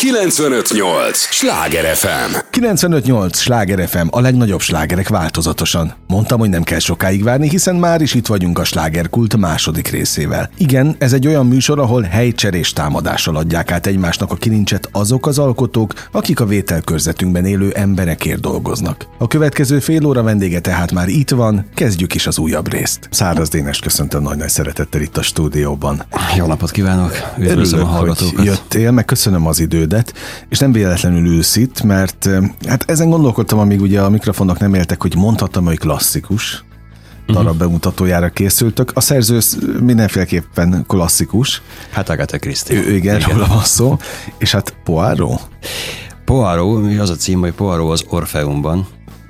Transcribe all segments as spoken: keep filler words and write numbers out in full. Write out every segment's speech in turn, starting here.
kilencvenöt nyolc Sláger ef em. kilencvenöt nyolc Sláger ef em, a legnagyobb slágerek változatosan. Mondtam, hogy nem kell sokáig várni, hiszen már is itt vagyunk a slágerkult második részével. Igen, ez egy olyan műsor, ahol helycserés támadással adják át egymásnak a kilincset azok az alkotók, akik a vételkörzetünkben élő emberekért dolgoznak. A következő fél óra vendége tehát már itt van, kezdjük is az újabb részt. Száraz Dénes köszöntöm nagy-nagy szeretettel itt a stúdióban. Jó napot kívánok! Üdvözlöm a hallgatókat! Hogy jöttél, meg köszönöm az idődet, és nem véletlenül ülsz itt, mert hát ezen gondolkodtam, amíg ugye a mikrofonok nem éltek, hogy mondhattam, hogy klasszikus darab uh-huh. bemutatójára készültök. A szerző mindenféleképpen klasszikus. Hát Agatha Christie. Ő, igen, róla van szó. És hát Poirot? Poirot, az a cím, hogy Poirot az Orfeumban.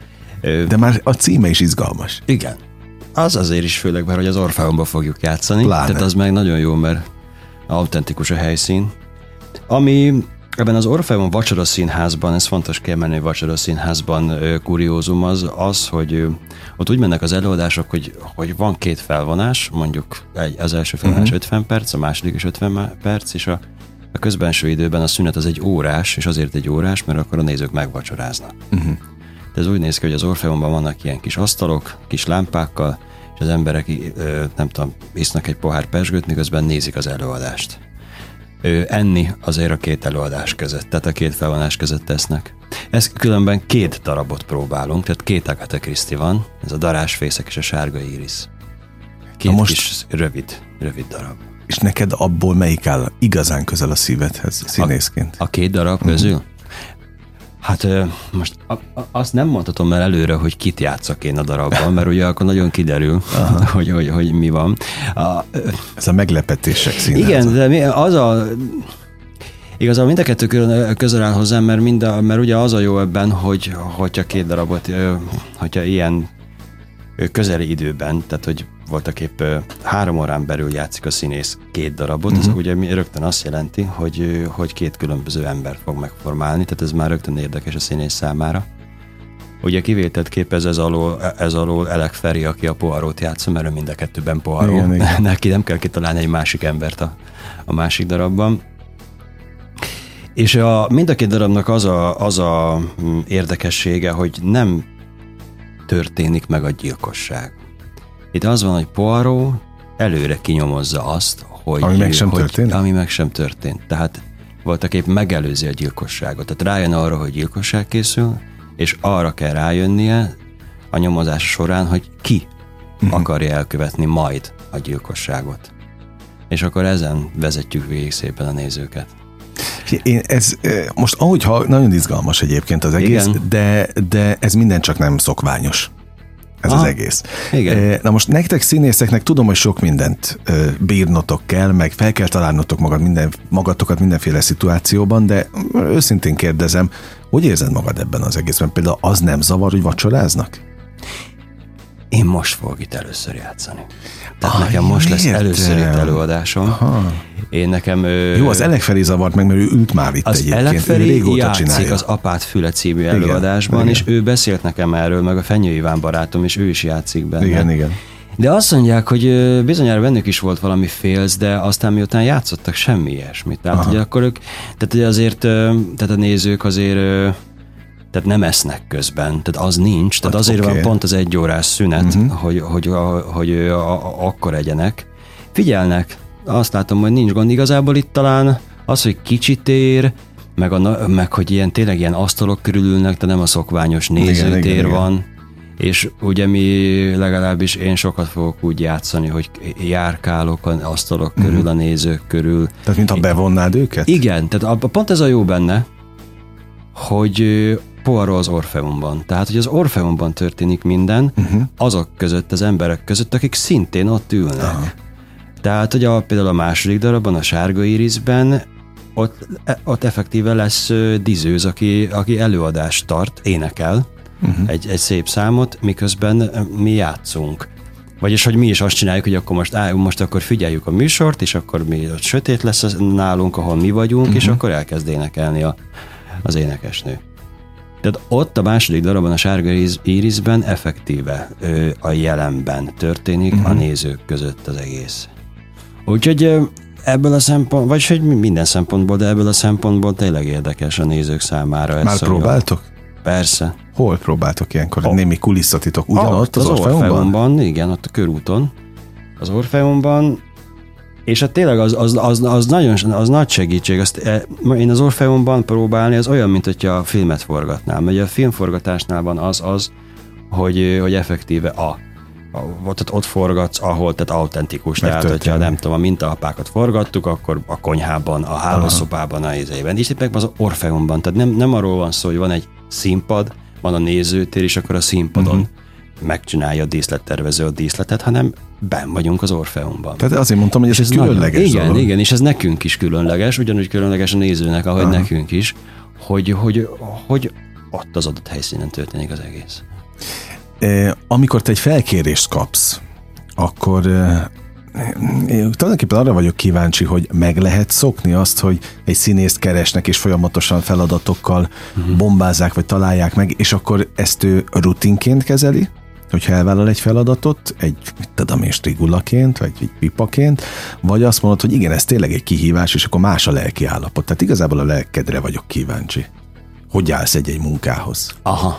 De már a címe is izgalmas. Igen. Az azért is főleg, mert hogy az Orfeumban fogjuk játszani. Pláne. Tehát az meg nagyon jó, mert autentikus a helyszín. Ami ebben az Orfeum vacsoraszínházban, ez fontos kiemelni, hogy vacsoraszínházban kuriózum az, az, hogy ott úgy mennek az előadások, hogy, hogy van két felvonás, mondjuk egy, az első felvonás uh-huh. ötven perc, a második is ötven perc, és a, a közbenső időben a szünet az egy órás, és azért egy órás, mert akkor a nézők megvacsoráznak. Uh-huh. De ez úgy néz ki, hogy az Orfeumban vannak ilyen kis asztalok, kis lámpákkal, és az emberek, nem tudom, isznak egy pohár pezsgőt, miközben nézik az előadást. Enni azért a két előadás között, tehát a két felvonás között tesznek. Ez különben két darabot próbálunk, tehát két Agatha Christie van, ez a Darásfészek és a Sárga Írisz. Két most... kis rövid, rövid darab. És neked abból melyik áll igazán közel a szívedhez színészként? A, a két darab uh-huh. közül? Hát most a, a, azt nem mondhatom el előre, hogy kit játszak én a darabban, mert ugye akkor nagyon kiderül, hogy, hogy, hogy mi van. A, Ez a meglepetések színháza. Igen, de az a... Igazából mind a kettő közel áll hozzám, mert, mind a, mert ugye az a jó ebben, hogy hogyha két darabot, hogyha ilyen közeli időben, tehát hogy voltak épp három órán belül játszik a színész két darabot, uh-huh. ez ugye rögtön azt jelenti, hogy, hogy két különböző ember fog megformálni, tehát ez már rögtön érdekes a színész számára. Ugye kivételt képez ez alól, ez alól Alec Ferry, aki a Poirot játsza, mert ő mind a kettőben Poirot. Igen, igen. Neki nem kell kitalálni egy másik embert a, a másik darabban. És a, mind a két darabnak az a, az a érdekessége, hogy nem történik meg a gyilkosság. Itt az van, hogy Poirot előre kinyomozza azt, hogy... Ami meg sem hogy, történt? Ami meg sem történt. Tehát voltak épp megelőzi a gyilkosságot. Tehát rájön arra, hogy gyilkosság készül, és arra kell rájönnie a nyomozás során, hogy ki uh-huh. akarja elkövetni majd a gyilkosságot. És akkor ezen vezetjük végig szépen a nézőket. Én ez, most ahogy ha, nagyon izgalmas egyébként az egész, de, de ez minden csak nem szokványos. Ez Aha, az egész. Igen. Na most nektek színészeknek tudom, hogy sok mindent bírnotok kell, meg fel kell találnotok magad minden, magatokat mindenféle szituációban, de őszintén kérdezem, hogy érzed magad ebben az egészben? Például az nem zavar, hogy vacsoráznak? Én most fogok itt először játszani. Tehát ah, nekem most értem. lesz először itt előadásom. Aha. Én nekem... Jó, az Alec Ferry zavart meg, mert ő ült már itt az egyébként. Az Alec Ferry játszik csinálja. az Apát füle című előadásban, igen, és igen. ő beszélt nekem erről, meg a Fenyő Iván barátom, és ő is játszik benne. Igen, igen. De azt mondják, hogy bizonyára bennük is volt valami félsz, de aztán miután játszottak, semmi ilyesmit. Tehát, hogy akkor ők, tehát ugye azért, tehát a nézők azért... Tehát nem esznek közben, tehát az nincs, tehát azért okay. van pont az egy órás szünet, uh-huh. hogy, hogy, hogy, hogy a, a, akkor egyenek. Figyelnek, azt látom, hogy nincs gond. Igazából itt talán az, hogy kicsit ér, meg, a, meg hogy ilyen, tényleg ilyen asztalok körülülnek, de nem a szokványos nézőtér igen, igen, van. Igen. És ugye mi legalábbis én sokat fogok úgy játszani, hogy járkálok az asztalok körül, uh-huh. a nézők körül. Tehát mintha bevonnád őket? Igen, tehát pont ez a jó benne, hogy Poirot az Orfeumban. Tehát, hogy az Orfeumban történik minden, uh-huh. azok között, az emberek között, akik szintén ott ülnek. Aha. Tehát, hogy a, például a második darabban, a Sárga Íriszben, ott, ott effektíve lesz dizőz, aki, aki előadást tart, énekel uh-huh. egy, egy szép számot, miközben mi játszunk. Vagyis, hogy mi is azt csináljuk, hogy akkor most, á, most akkor figyeljük a műsort, és akkor mi ott sötét lesz nálunk, ahol mi vagyunk, uh-huh. és akkor elkezd énekelni a, az énekesnő. Tehát ott a második darabban, a Sárga Íriszben effektíve ö, a jelenben történik uh-huh. a nézők között az egész. Úgyhogy ö, ebből a szempontból, vagy hogy minden szempontból, de ebből a szempontból tényleg érdekes a nézők számára. Már próbáltok? Persze. Hol próbáltok ilyenkor? Oh. Némi kulisszatitok ugyanott az, az, az Orfeumban? Orfeumban? Igen, ott a körúton. Az Orfeumban, és hát tényleg az, az, az, az, nagyon, az nagy segítség. Azt, én az Orfeumban próbálni, az olyan, mint hogyha a filmet forgatnám. Ugye a filmforgatásnál van az az, hogy, hogy effektíve a ott, ott forgatsz, ahol, tehát autentikus. Tehát, hogyha nem tudom, a mintaapákat forgattuk, akkor a konyhában, a hálószobában, a izében. És itt az Orfeumban. Tehát nem, nem arról van szó, hogy van egy színpad, van a nézőtér, és akkor a színpadon uh-huh. megcsinálja a díszlettervező a díszletet, hanem benn vagyunk az Orfeumban. Tehát azért mondtam, hogy ez, ez egy különleges nagyon, igen, dolog. Igen, és ez nekünk is különleges, ugyanúgy különleges a nézőnek, ahogy uh-huh. nekünk is, hogy, hogy, hogy ott az adott helyszínen történik az egész. Amikor te egy felkérést kapsz, akkor én tulajdonképpen arra vagyok kíváncsi, hogy meg lehet szokni azt, hogy egy színészt keresnek, és folyamatosan feladatokkal uh-huh. bombázzák, vagy találják meg, és akkor ezt ő rutinként kezeli, hogyha elvállal egy feladatot, egy, mit tudom én, strigulaként, vagy egy pipaként, vagy azt mondod, hogy igen, ez tényleg egy kihívás, és akkor más a lelki állapot. Tehát igazából a lelkedre vagyok kíváncsi. Hogy állsz egy-egy munkához? Aha.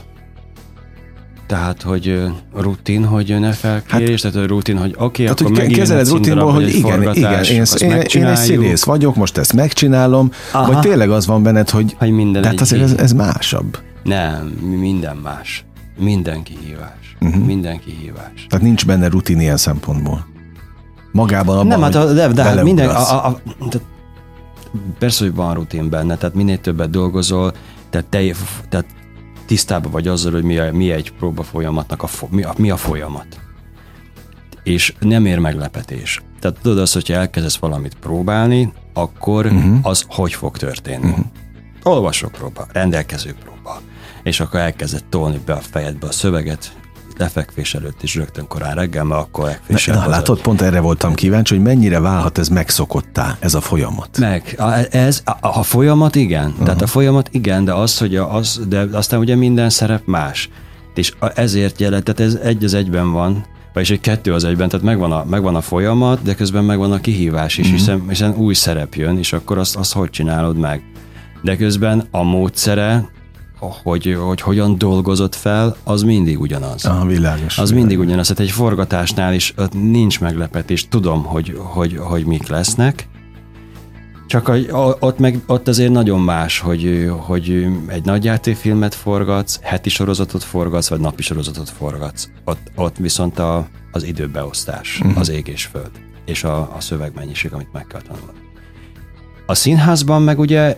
Tehát, hogy rutin, hogy ne felkérés, hát, tehát, hogy rutin, hogy oké, okay, akkor megint kezeled rutinból, hogy igen, igen, én, én, én egy színész vagyok, most ezt megcsinálom, aha. vagy tényleg az van benned, hogy, hogy minden tehát azért ez, ez másabb. Nem, minden más. Minden kihívás. Uh-huh. Minden kihívás. Tehát nincs benne rutin ilyen szempontból. Magában abban, nem, hát a, de, de hát minden, a, a, de, persze, hogy van rutin benne, tehát minél többet dolgozol, tehát, te, tehát tisztában vagy azzal, hogy mi, a, mi egy próba folyamatnak, a, mi, a, mi a folyamat. És nem ér meglepetés. Tehát tudod azt, hogyha elkezdesz valamit próbálni, akkor uh-huh. az hogy fog történni. Uh-huh. Olvasó próba, rendelkező próba. És akkor elkezded tolni be a fejedbe a szöveget, lefekvés előtt is rögtön korán reggel, mert akkor legfésebb. Na, látod, pont erre voltam kíváncsi, hogy mennyire válhat ez megszokottá, ez a folyamat. Meg, a, ez, a, a folyamat igen, uh-huh. tehát a folyamat igen, de az, hogy az, de aztán ugye minden szerep más. És ezért jelent, tehát ez egy az egyben van, vagyis egy kettő az egyben, tehát megvan a, megvan a folyamat, de közben megvan a kihívás is, uh-huh. hiszen, hiszen új szerep jön, és akkor azt, azt hogy csinálod meg. De közben a módszere, Hogy, hogy hogyan dolgozott fel, az mindig ugyanaz. Ah, világos. Az világos. mindig ugyanaz. Tehát egy forgatásnál is nincs meglepetés. Tudom, hogy, hogy, hogy mik lesznek. Csak a, ott, meg, ott azért nagyon más, hogy, hogy egy nagyjátékfilmet forgatsz, heti sorozatot forgatsz, vagy napi sorozatot forgatsz. Ott, ott viszont a, az időbeosztás, uh-huh. az ég és föld, és a, a szövegmennyiség, amit meg kell tanulni. A színházban meg ugye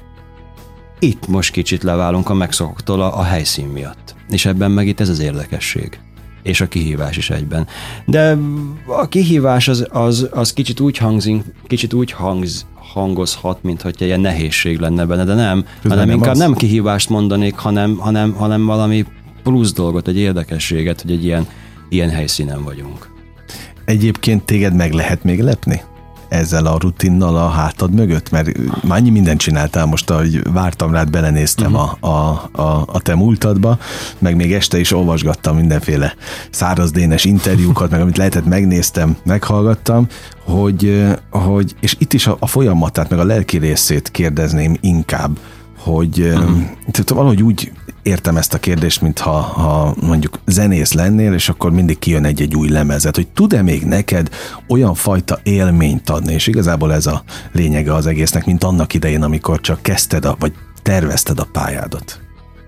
itt most kicsit leválunk a megszokottól a, a helyszín miatt. És ebben meg itt ez az érdekesség. És a kihívás is egyben. De a kihívás az, az, az kicsit úgy hangzik, kicsit úgy hangz, hangozhat, mint hogyha ilyen nehézség lenne benne, de nem, Közben hanem nem inkább az... nem kihívást mondanék, hanem, hanem, hanem valami plusz dolgot, egy érdekességet, hogy egy ilyen, ilyen helyszínen vagyunk. Egyébként téged meg lehet még lepni? Ezzel a rutinnal a hátad mögött? Mert már annyi mindent csináltál most, ahogy vártam rád, belenéztem uh-huh. a, a, a, a te múltadba, meg még este is olvasgattam mindenféle szárazdénes interjúkat, meg amit lehetett, megnéztem, meghallgattam, hogy, hogy és itt is a, a folyamatát, meg a lelki részét kérdezném inkább, hogy uh-huh. tehát valahogy úgy értem ezt a kérdést, mintha ha mondjuk zenész lennél, és akkor mindig kijön egy-egy új lemezet, hogy tud-e még neked olyan fajta élményt adni, és igazából ez a lényege az egésznek, mint annak idején, amikor csak kezdted, a, vagy tervezted a pályádat.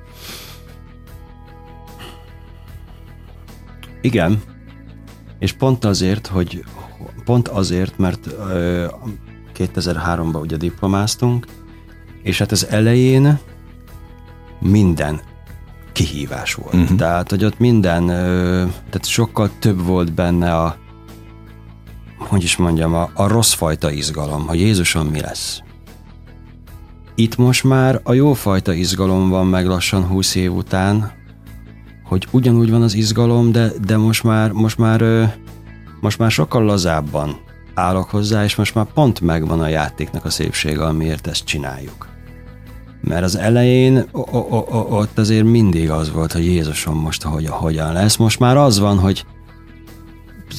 Igen, és pont azért, hogy pont azért, mert ö, kétezer-háromban ugye diplomáztunk, és hát az elején minden kihívás volt. Uh-huh. Tehát, hogy ott minden, tehát sokkal több volt benne a, hogy is mondjam, a, a rossz fajta izgalom, hogy Jézusom mi lesz. Itt most már a jó fajta izgalom van meg lassan húsz év után, hogy ugyanúgy van az izgalom, de, de most már, most már, most már sokkal lazábban állok hozzá, és most már pont megvan a játéknak a szépsége, amiért ezt csináljuk. Mert az elején o- o- o- ott azért mindig az volt, hogy Jézusom most hogy, hogyan lesz. Most már az van, hogy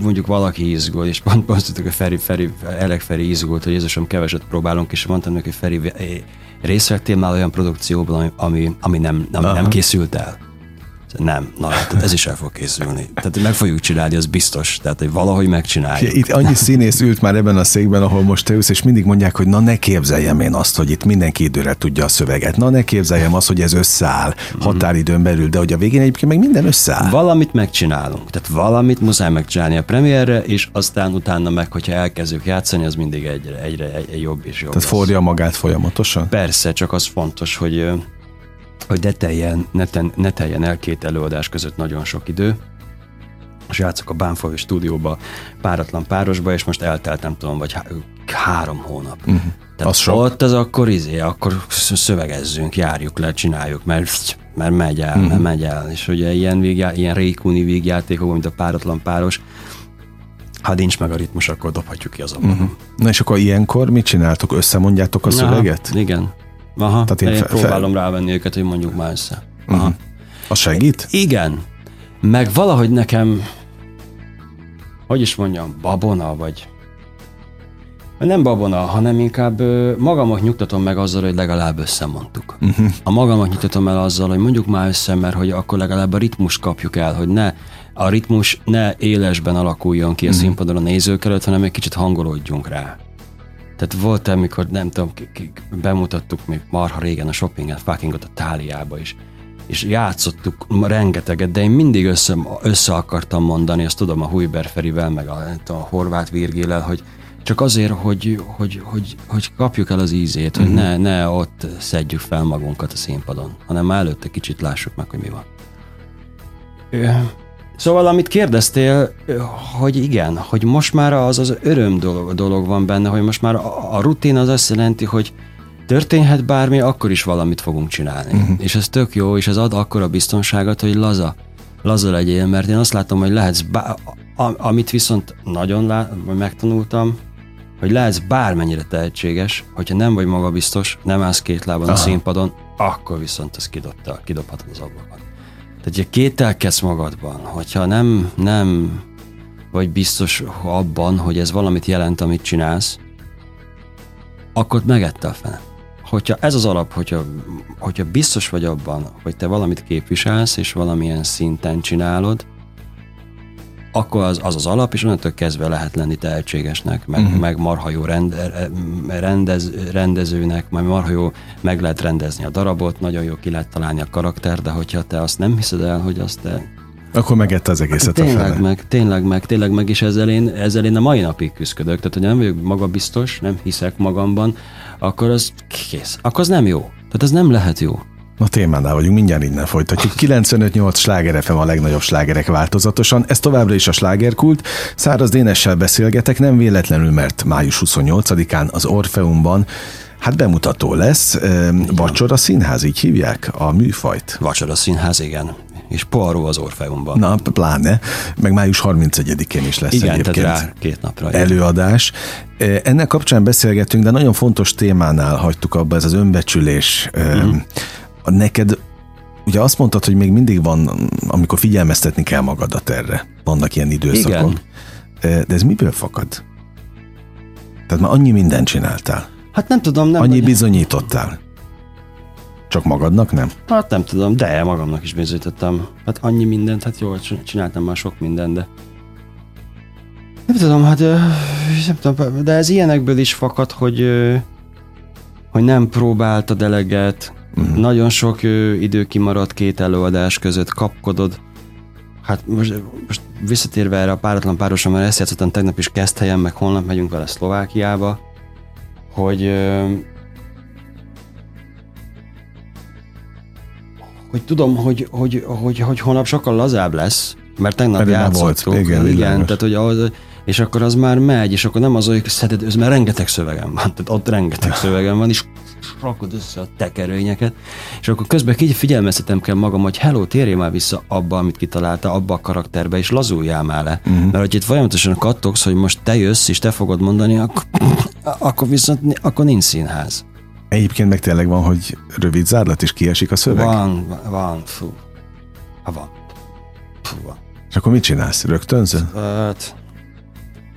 mondjuk valaki izgul, és pont azt hogy Feri, Feri, Elek Feri izgult, hogy Jézusom, keveset próbálunk, és mondtam neki, hogy Feri, részt már olyan produkcióban, ami, ami nem, nem, nem készült el. Nem, na, ez is el fog készülni. Tehát meg fogjuk csinálni, az biztos. Tehát, hogy valahogy megcsináljuk. Itt annyi színész ült már ebben a székben, ahol most te ülsz, és mindig mondják, hogy na ne képzeljem én azt, hogy itt mindenki időre tudja a szöveget. Na ne képzeljem azt, hogy ez összeáll határidőn belül, de hogy a végén egyébként meg minden összeáll. Valamit megcsinálunk. Tehát valamit muszáj megcsinálni a premierre, és aztán utána meg, hogyha elkezdjük játszani, az mindig egyre, egyre egy, egy jobb és jobb. Tehát forja magát folyamatosan? Persze, csak az fontos, hogy hogy ne teljen, ne, ten, ne teljen el két előadás között nagyon sok idő, és játszok a Bánfolyó stúdióba, páratlan párosba, és most eltelt, nem tudom, vagy há- három hónap. Uh-huh. Tehát az ott az akkor izé, akkor szövegezzünk, járjuk le, csináljuk, mert, mert megy el, uh-huh. mert megy el. És ugye ilyen, vígjá, ilyen rékúni vígjátékok, mint a páratlan páros, ha nincs meg a ritmus, akkor dobhatjuk ki az abban. Uh-huh. Na és akkor ilyenkor mit csináltok? Összemondjátok a szöveget? Na, igen. Aha, tehát én, én fe, próbálom fe... rávenni őket, hogy mondjuk már össze. Aha. Uh-huh. Az segít? Igen. Meg valahogy nekem, hogy is mondjam, babona, vagy nem babona, hanem inkább magamat nyugtatom meg azzal, hogy legalább összemondtuk. Uh-huh. A magamat nyugtatom el azzal, hogy mondjuk már össze, mert hogy akkor legalább a ritmus kapjuk el, hogy ne a ritmus ne élesben alakuljon ki a uh-huh. színpadon a nézők előtt, hanem egy kicsit hangolódjunk rá. Tehát volt, amikor nem tudom, bemutattuk még marha régen a shoppinget, fuckingot a Táliába is, és játszottuk rengeteget, de én mindig össze, össze akartam mondani, azt tudom a Hujber Ferivel, meg a, a Horváth Virgéllel, hogy csak azért, hogy, hogy, hogy, hogy kapjuk el az ízét, hogy ne, ne ott szedjük fel magunkat a színpadon, hanem már előtte kicsit lássuk meg, hogy mi van. Szóval, amit kérdeztél, hogy igen, hogy most már az az öröm dolog, dolog van benne, hogy most már a, a rutin az azt jelenti, hogy történhet bármi, akkor is valamit fogunk csinálni. Uh-huh. És ez tök jó, és ez ad akkora biztonságot, hogy laza, laza legyél, mert én azt látom, hogy lehetsz, bá- a, amit viszont nagyon lá- megtanultam, hogy lehetsz bármennyire tehetséges, hogyha nem vagy magabiztos, nem állsz két lábon Aha. a színpadon, akkor viszont ezt kidobta, kidobhatod az ablakon. Tehát, hogyha kételkedsz magadban, hogyha nem, nem vagy biztos abban, hogy ez valamit jelent, amit csinálsz, akkor megette a fene. Hogyha ez az alap, hogyha, hogyha biztos vagy abban, hogy te valamit képviselsz, és valamilyen szinten csinálod, akkor az az, az alap, és onnantól kezdve lehet lenni tehetségesnek, meg, uh-huh. meg marha jó rende, rendez, rendezőnek, meg marha jó meg lehet rendezni a darabot, nagyon jó ki lehet találni a karakter, de hogyha te azt nem hiszed el, hogy azt te... Akkor megette az egészet tényleg a fele. meg, tényleg meg, tényleg meg, és ezzel én, ezzel én a mai napig küzdök. Tehát, hogy nem vagyok magabiztos, nem hiszek magamban, akkor az kész. Akkor az nem jó. Tehát ez nem lehet jó. Na témánál vagyunk, mindjárt innen folytatjuk. kilencvenöt nyolc Sláger ef em a legnagyobb slágerek változatosan. Ez továbbra is a slágerkult. Száraz Dénessel beszélgetek, nem véletlenül, mert május huszonnyolcadikán az Orfeumban hát bemutató lesz. Vacsora Színház, így hívják a műfajt? Vacsora Színház, igen. És Poirot az Orfeumban. Na, pláne. Meg május harmincegyedikén is lesz igen, egyébként tehát rá két napra. előadás. Ennek kapcsán beszélgettünk, de nagyon fontos témánál hagytuk abba, ez az önbecsülés. Mm. Neked, ugye azt mondtad, hogy még mindig van, amikor figyelmeztetni kell magadat erre. Vannak ilyen időszakok. Igen. De ez miből fakad? Tehát már annyi mindent csináltál. Hát nem tudom. Nem annyi bizonyítottál. Csak magadnak, nem? Hát nem tudom, de magamnak is bizonyítottam. Hát annyi mindent, hát jól csináltam már sok mindent, de nem tudom, hát nem tudom, de ez ilyenekből is fakad, hogy, hogy nem próbáltad eleget, uh-huh. nagyon sok idő kimaradt két előadás között, kapkodod. Hát most, most visszatérve erre a páratlan párosra, mert ezt játszottam tegnap is Keszthelyen, meg holnap megyünk vele Szlovákiába, hogy hogy tudom, hogy, hogy, hogy, hogy holnap sokkal lazább lesz, mert tegnap Pedig játszottuk. Volt. Igen, igen tehát, hogy az, és akkor az már megy, és akkor nem az, hogy szeded, ez már rengeteg szövegem van, tehát ott rengeteg szövegem van, és rakod össze a tekerőnyeket, és akkor közben így figyelmeztetem kell magam, hogy hello, térjél már vissza abba, amit kitalálta, abba a karakterbe, és lazuljál már le. Uh-huh. Mert hogy itt folyamatosan kattogsz, hogy most te jössz, és te fogod mondani, akkor, akkor viszont akkor nincs színház. Egyébként meg tényleg van, hogy rövid zárlat is kiesik a szöveg? Van, van, fú. Ha van. Fú, van. És akkor mit csinálsz? Rögtönzöl? Hát,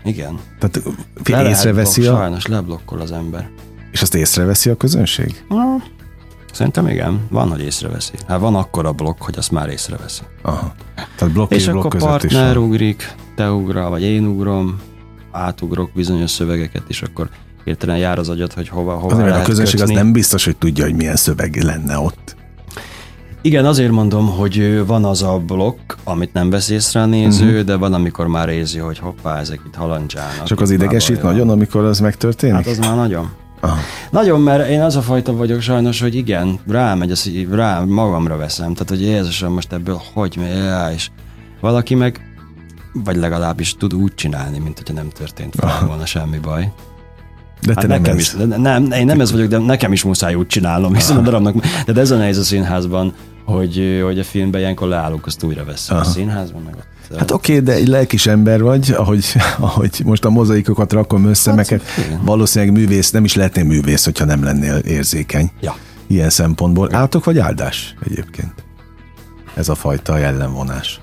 igen. Tehát Le észreveszi blokk, a... Sajnos leblokkol az ember. És azt észreveszi a közönség? Na, szerintem igen, van, hogy észreveszi. Hát van akkora blokk, hogy azt már észreveszi. Aha. Tehát blokk és, és blokk akkor között is partner van. ugrik, te ugrál, vagy én ugrom, átugrok bizonyos szövegeket, és akkor hirtelen jár az agyat, hogy hova, hova Azért, lehet a közönség kötni. az nem biztos, hogy tudja, hogy milyen szöveg lenne ott. Igen, azért mondom, hogy van az a blokk, amit nem vesz észre a néző, uh-huh. de van, amikor már érzi, hogy hoppá, ezek itt halandzsálnak. Csak az idegesít nagyon, amikor az megtörténik? Hát az már nagyon. Aha. Nagyon, mert én az a fajta vagyok sajnos, hogy igen, rámegy, az, rá magamra veszem. Tehát, hogy Jézusom, most ebből hogy megy, és valaki meg, vagy legalábbis tud úgy csinálni, mint hogyha nem történt volna semmi baj. De te hát nem nekem ez. is, de nem, én nem ez vagyok, de nekem is muszáj úgy csinálnom, hiszen a darabnak, de ez a nehéz a színházban, hogy, hogy a filmben ilyenkor leállunk, azt újra veszem. A színházban meg ott. Hát oké, okay, de egy lelkis ember vagy, ahogy, ahogy most a mozaikokat rakom össze, hát, meket, valószínűleg művész, nem is lehetnél művész, hogyha nem lennél érzékeny. Ja. Ilyen szempontból. Ja. Átok vagy áldás egyébként? Ez a fajta jellemvonás.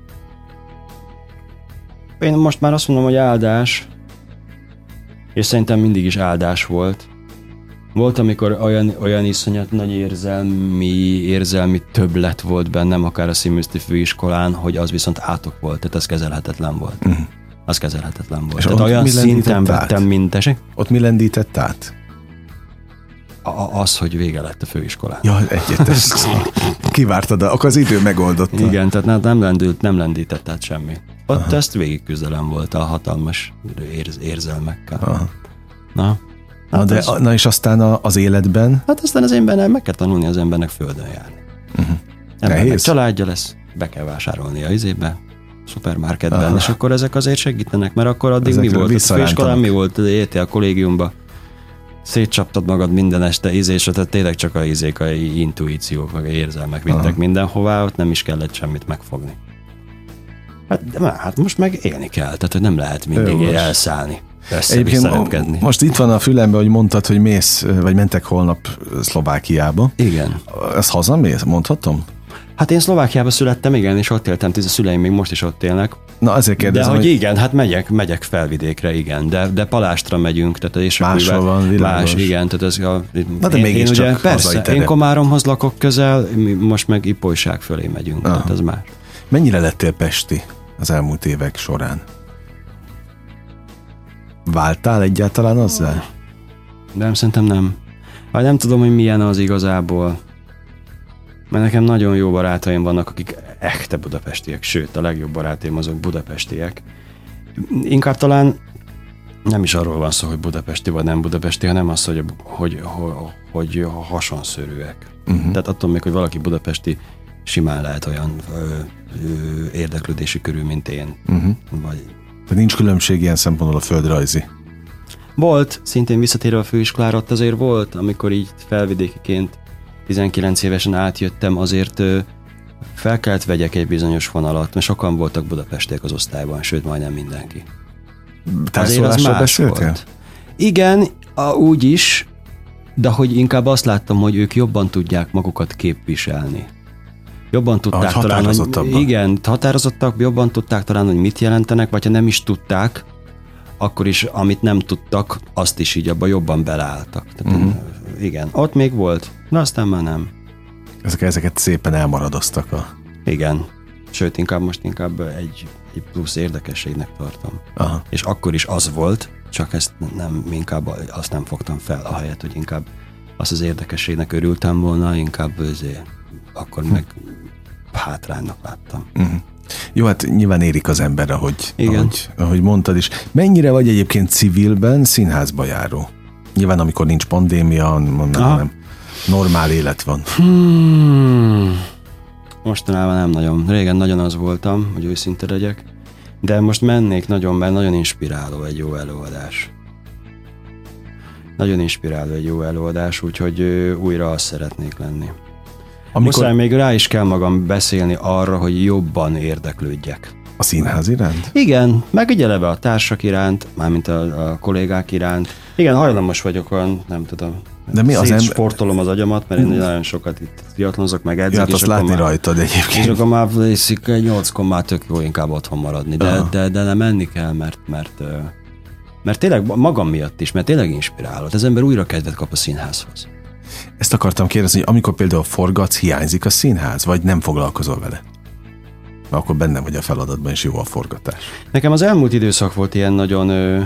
Én most már azt mondom, hogy áldás, és szerintem mindig is áldás volt. Volt, amikor olyan, olyan iszonyat nagy érzelmi, érzelmi többlet volt bennem, akár a színművészeti főiskolán, hogy az viszont átok volt, tehát ez kezelhetetlen volt. Uh-huh. Az kezelhetetlen volt. És tehát olyan szinten vettem, mint tessék. Ott mi lendített át? A, az, hogy vége lett a főiskolán. Ja, egyetlen. Kivártad, akkor az idő megoldotta. Igen, tehát nem, lendült, nem lendített át semmi. Ott aha. ezt végig küzdelem volt a hatalmas érz, érzelmekkel. Aha. Na? Na, de, az, na és aztán a, az életben? Hát aztán az embernek meg kell tanulni az embernek földön járni. Uh-huh. Embernek családja lesz, be kell vásárolni a izébe, szupermarketben, aha. és akkor ezek azért segítenek, mert akkor addig ezek mi volt? A főiskolán mi volt? Értél a kollégiumba, szétcsaptad magad minden este ízésre, tehát tényleg csak a ízék, a intuíciók, vagy a érzelmek vittek aha. mindenhová, ott nem is kellett semmit megfogni. Hát, de, hát most meg élni kell, tehát hogy nem lehet mindig Jó, elszállni. Egyébként most itt van a fülemben, hogy mondtad, hogy mész, vagy mentek holnap Szlovákiába. Igen. Ez hazamész, mondhatom? Hát én Szlovákiába születtem, igen, és ott éltem, tíz a szüleim még most is ott élnek. Na, ezért kérdezem, de hogy, hogy igen, hát megyek, megyek felvidékre, igen, de, de Palástra megyünk, tehát és máshol van, világos. Más, igen, tehát ez a... Na, de én, mégis én csak ugye, persze, én Komáromhoz lakok közel, most meg Ipolyság fölé megyünk, aha. tehát ez más. Mennyire lettél pesti az elmúlt évek során? Váltál egyáltalán azzal? Nem, szerintem nem. Hát nem tudom, hogy milyen az igazából. Mert nekem nagyon jó barátaim vannak, akik echte budapestiek, sőt, a legjobb barátaim azok budapestiek. Inkább talán nem is arról van szó, hogy budapesti vagy nem budapesti, hanem az, hogy, hogy, hogy, hogy hasonszörűek. Uh-huh. Tehát attól még, hogy valaki budapesti, simán lehet olyan ö, ö, érdeklődési körül, mint én. Uh-huh. Vagy de nincs különbség ilyen szempontból a földrajzi. Volt, szintén visszatérve a főiskolára, ott azért volt, amikor így felvidékiként tizenkilenc évesen átjöttem, azért fel kellett vegyek egy bizonyos vonalat, mert sokan voltak budapestiek az osztályban, sőt majdnem mindenki. Társzólásra beszéltél? Volt. Igen, úgy is, de hogy inkább azt láttam, hogy ők jobban tudják magukat képviselni. Jobban tudták talán, hogy igen, határozottak, jobban tudták talán, hogy mit jelentenek, vagy ha nem is tudták, akkor is, amit nem tudtak, azt is így abban jobban beleálltak. Tehát, uh-huh. Igen, ott még volt, de aztán már nem. Ezek, ezeket szépen elmaradoztak a... Igen, sőt, inkább most inkább egy, egy plusz érdekességnek tartom. Aha. És akkor is az volt, csak ezt nem, inkább azt nem fogtam fel, ahelyett, hogy inkább azt az érdekességnek örültem volna, inkább azért, akkor hm. meg hátránynak láttam. Uh-huh. Jó, hát nyilván érik az ember, ahogy, ahogy, ahogy mondtad is. Mennyire vagy egyébként civilben színházba járó? Nyilván amikor nincs pandémia, nem, nem normál élet van. Hmm. Mostanában nem nagyon. Régen nagyon az voltam, hogy őszinte legyek, de most mennék nagyon, mert nagyon inspiráló egy jó előadás. Nagyon inspiráló egy jó előadás, úgyhogy újra azt szeretnék lenni. Amikor... Muszáj még rá is kell magam beszélni arra, hogy jobban érdeklődjek. A színház iránt? Igen, meg ugye eleve a társak iránt, mármint a, a kollégák iránt. Igen, hajlamos vagyok olyan, nem tudom, De mi az ember... sportolom az agyamat, mert én nagyon sokat itt triatlonzok, meg edzek. Ja, hát azt látni már... rajtad egyébként. És akkor már lészik egy nyolckor már tök jó inkább otthon maradni. De, de, de nem menni kell, mert, mert, mert tényleg magam miatt is, mert tényleg inspirálod. Az ember újra kedvet kap a színházhoz. Ezt akartam kérdezni, hogy amikor például forgatsz, hiányzik a színház, vagy nem foglalkozol vele? Mert akkor benne vagy a feladatban, és jó a forgatás. Nekem az elmúlt időszak volt ilyen nagyon ö,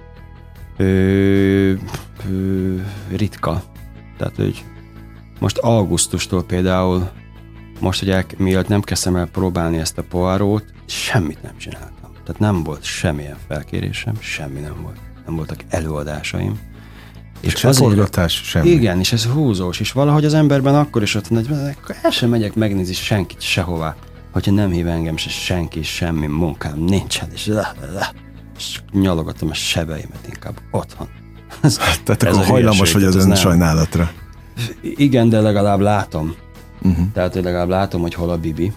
ö, ö, ritka. Tehát, hogy most augusztustól például, most, hogy el, mielőtt nem kezdtem el próbálni ezt a Poirót, semmit nem csináltam. Tehát nem volt semmilyen felkérésem, semmi nem volt. Nem voltak előadásaim. És se forgatás, semmi. Igen, és ez húzós, és valahogy az emberben akkor is ott van, hogy akkor el sem megyek megnézni senkit sehová, hogyha nem hív engem se senki, semmi munkám nincsen, és, le, le, és nyalogatom a sebeimet inkább otthon. Ez, Tehát ez akkor hajlamos vagy az ön sajnálatra. Igen, de legalább látom. Uh-huh. Tehát legalább látom, hogy hol a Bibi.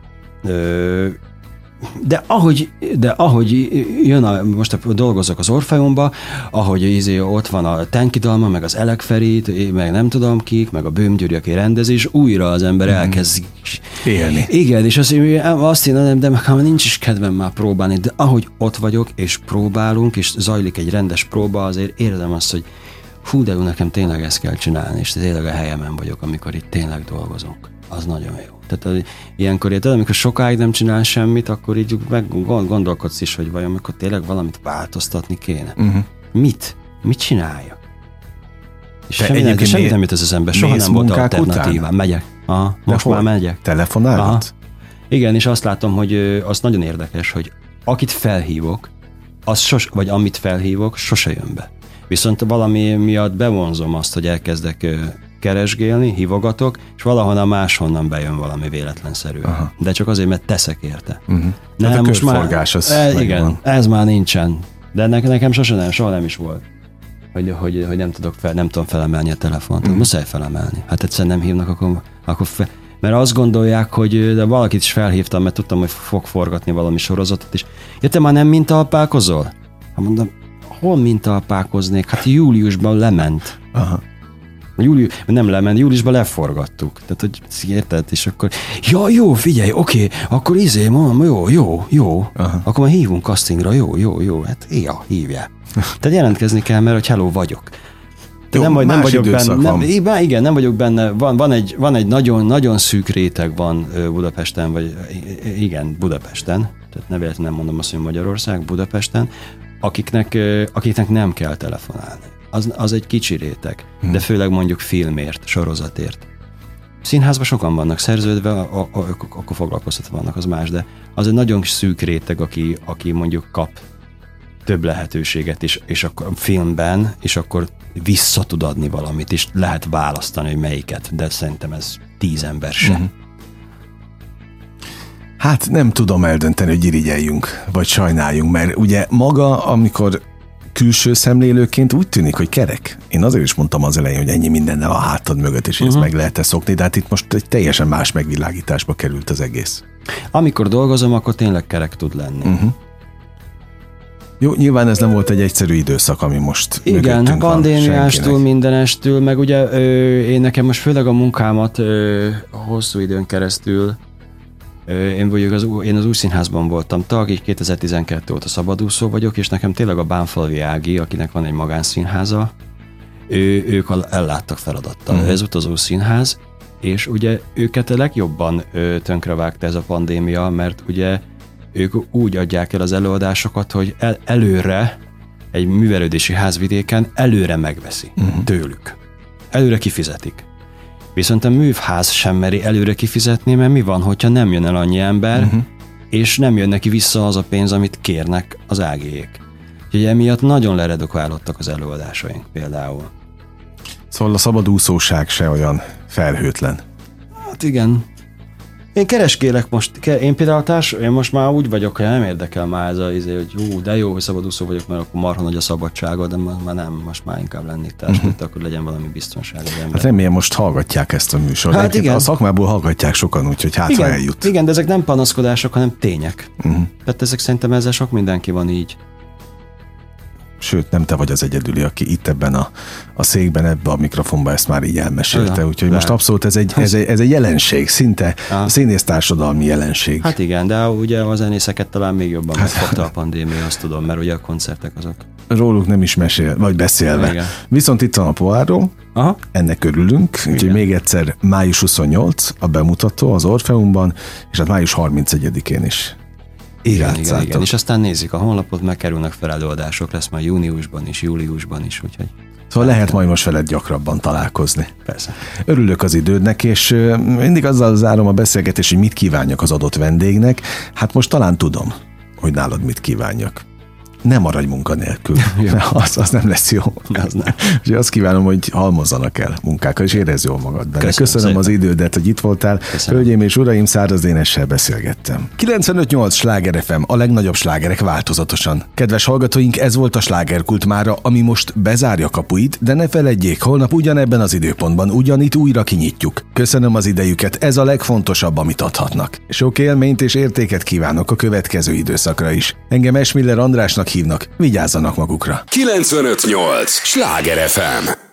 Ö, De ahogy, de ahogy jön a, most dolgozok az Orfeumba, ahogy izé, ott van a Tenkidalma, meg az Elek Ferit, meg nem tudom kik, meg a Böhm Gyuri, aki rendezés, újra az ember elkezd élni. Igen, és azt, azt én de meg nincs is kedvem már próbálni, de ahogy ott vagyok, és próbálunk, és zajlik egy rendes próba, azért érzem azt, hogy hú, de jó, nekem tényleg ezt kell csinálni, és tényleg a helyemen vagyok, amikor itt tényleg dolgozunk. Az nagyon jó. Tehát az, ilyenkor, érted, amikor sokáig nem csinál semmit, akkor így meg gondolkodsz is, hogy vajon amikor tényleg valamit változtatni kéne. Uh-huh. Mit? Mit csináljak? És semmi nem, semmit nem jut ez az ember. Soha nem volt alternatívám. Megyek. Aha, most már megyek. Telefonálod? Igen, és azt látom, hogy az nagyon érdekes, hogy akit felhívok, az sos, vagy amit felhívok, sose jön be. Viszont valami miatt bevonzom azt, hogy elkezdek keresgélni, hívogatok, és valahonnan máshonnan bejön valami véletlenszerű. Aha. De csak azért, mert teszek érte. Uh-huh. Nem, hát a most körforgás már, az e, igen, van. Ez már nincsen. De ne, nekem sose nem, soha nem is volt. Hogy, hogy, hogy nem, tudok fel, nem tudom felemelni a telefont. Uh-huh. Muszáj felemelni. Hát egyszerűen nem hívnak, akkor, akkor fe, mert azt gondolják, hogy de valakit is felhívtam, mert tudtam, hogy fog forgatni valami sorozatot is. Ja, te már nem mintalpálkozol? Hát mondom, hol mintalpálkoznék? Hát júliusban lement. Aha. Július, nem lement, júliusban leforgattuk. Tehát, hogy érted, és akkor ja, jó, figyelj, oké, akkor izé, mondom, jó, jó, jó. Aha. Akkor már hívunk castingra, jó, jó, jó, hát ja, hívjál. Tehát jelentkezni kell, mert hogy hello vagyok. Jó, nem, vagy, nem vagyok benne, nem, igen, nem vagyok benne, van, van, egy, van egy nagyon, nagyon szűk réteg van Budapesten, vagy igen, Budapesten, tehát ne véletlenül nem mondom azt, hogy Magyarország, Budapesten, akiknek, akiknek nem kell telefonálni. Az, az egy kicsi réteg, hmm. de főleg mondjuk filmért, sorozatért. Színházban sokan vannak szerződve, a, a, a, akkor foglalkoztatva vannak, az más, de az egy nagyon szűk réteg, aki, aki mondjuk kap több lehetőséget is, és akkor filmben, és akkor vissza tud adni valamit, és lehet választani, hogy melyiket, de szerintem ez tíz ember sem. Hmm. Hát nem tudom eldönteni, hogy irigyeljünk, vagy sajnáljunk, mert ugye maga, amikor külső szemlélőként úgy tűnik, hogy kerek. Én azért is mondtam az elején, hogy ennyi mindennel a hátad mögött, és uh-huh. ezt meg lehet-e szokni, de hát itt most egy teljesen más megvilágításba került az egész. Amikor dolgozom, akkor tényleg kerek tud lenni. Uh-huh. Jó, nyilván ez nem volt egy egyszerű időszak, ami most igen, a pandémiástól, mindenestől, meg ugye ö, én nekem most főleg a munkámat ö, hosszú időn keresztül Én, vagyok az, én az Új Színházban voltam tag, így kétezer-tizenkettő óta szabadúszó vagyok, és nekem tényleg a Bánfalvi Ági, akinek van egy magánszínháza, ő, ők elláttak feladattal. Uh-huh. Ez utazó színház, és ugye őket a legjobban tönkrevágta ez a pandémia, mert ugye ők úgy adják el az előadásokat, hogy el, előre egy művelődési házvidéken előre megveszi uh-huh. tőlük. Előre kifizetik. Viszont a művház sem meri előre kifizetni, mert mi van, hogyha nem jön el annyi ember, uh-huh. és nem jön neki vissza az a pénz, amit kérnek az ágék. Úgyhogy emiatt nagyon leredukálódtak az előadásaink például. Szóval a szabadúszóság se olyan felhőtlen. Hát igen. Én kereskélek most, én például társ, én most már úgy vagyok, hogy nem érdekel már ez a izé, hogy hú, de jó, hogy szabadúszó vagyok, mert akkor marha nagy a szabadsága, de már nem, most már inkább lennék társ, uh-huh. akkor legyen valami biztonság. Hát remélem most hallgatják ezt a műsort. Hát igen. A szakmából hallgatják sokan, úgyhogy hát igen, eljut. Igen, de ezek nem panaszkodások, hanem tények. Uh-huh. Tehát ezek szerintem ezzel sok mindenki van így. Sőt, nem te vagy az egyedüli, aki itt ebben a, a székben, ebben a mikrofonban ezt már így elmesélte. Ja, úgyhogy most abszolút ez egy, ez, egy, ez egy jelenség, szinte ah. színész társadalmi jelenség. Hát igen, de ugye a zenészeket talán még jobban hát, megfogta a pandémia, azt tudom, mert ugye a koncertek azok. Róluk nem is mesél, vagy beszélve. Igen. Viszont itt van a Poirot, aha. ennek örülünk, úgyhogy még egyszer május huszonnyolc a bemutató az Orfeumban, és hát május harmincegyedikén is. Igen, igen, igen, és aztán nézik a honlapot, megkerülnek feladódások, lesz majd júniusban is, júliusban is, úgyhogy... Szóval lehet majd most veled gyakrabban találkozni. Persze. Örülök az idődnek, és mindig azzal zárom a beszélgetést, hogy mit kívánjak az adott vendégnek. Hát most talán tudom, hogy nálad mit kívánjak. Nem maradj munkanélkül. az, az nem lesz jó. Az nem. És azt kívánom, hogy halmozzanak el munkákkal, és érezz jól magad benne. Köszönöm, Köszönöm az idődet, hogy itt voltál. Köszönöm. Hölgyeim és uraim, Száraz Dénessel beszélgettem. kilencvenöt nyolc Sláger ef em, a legnagyobb slágerek változatosan. Kedves hallgatóink, ez volt a Slágerkult mára, ami most bezárja kapuit, de ne feledjék, holnap ugyanebben az időpontban ugyanitt újra kinyitjuk. Köszönöm az idejüket, ez a legfontosabb, amit adhatnak. Sok élményt és értéket kívánok a következő időszakra is. Engem Esmiller Andrásnak hívnak, vigyázzanak magukra. kilencvenöt nyolc Sláger ef em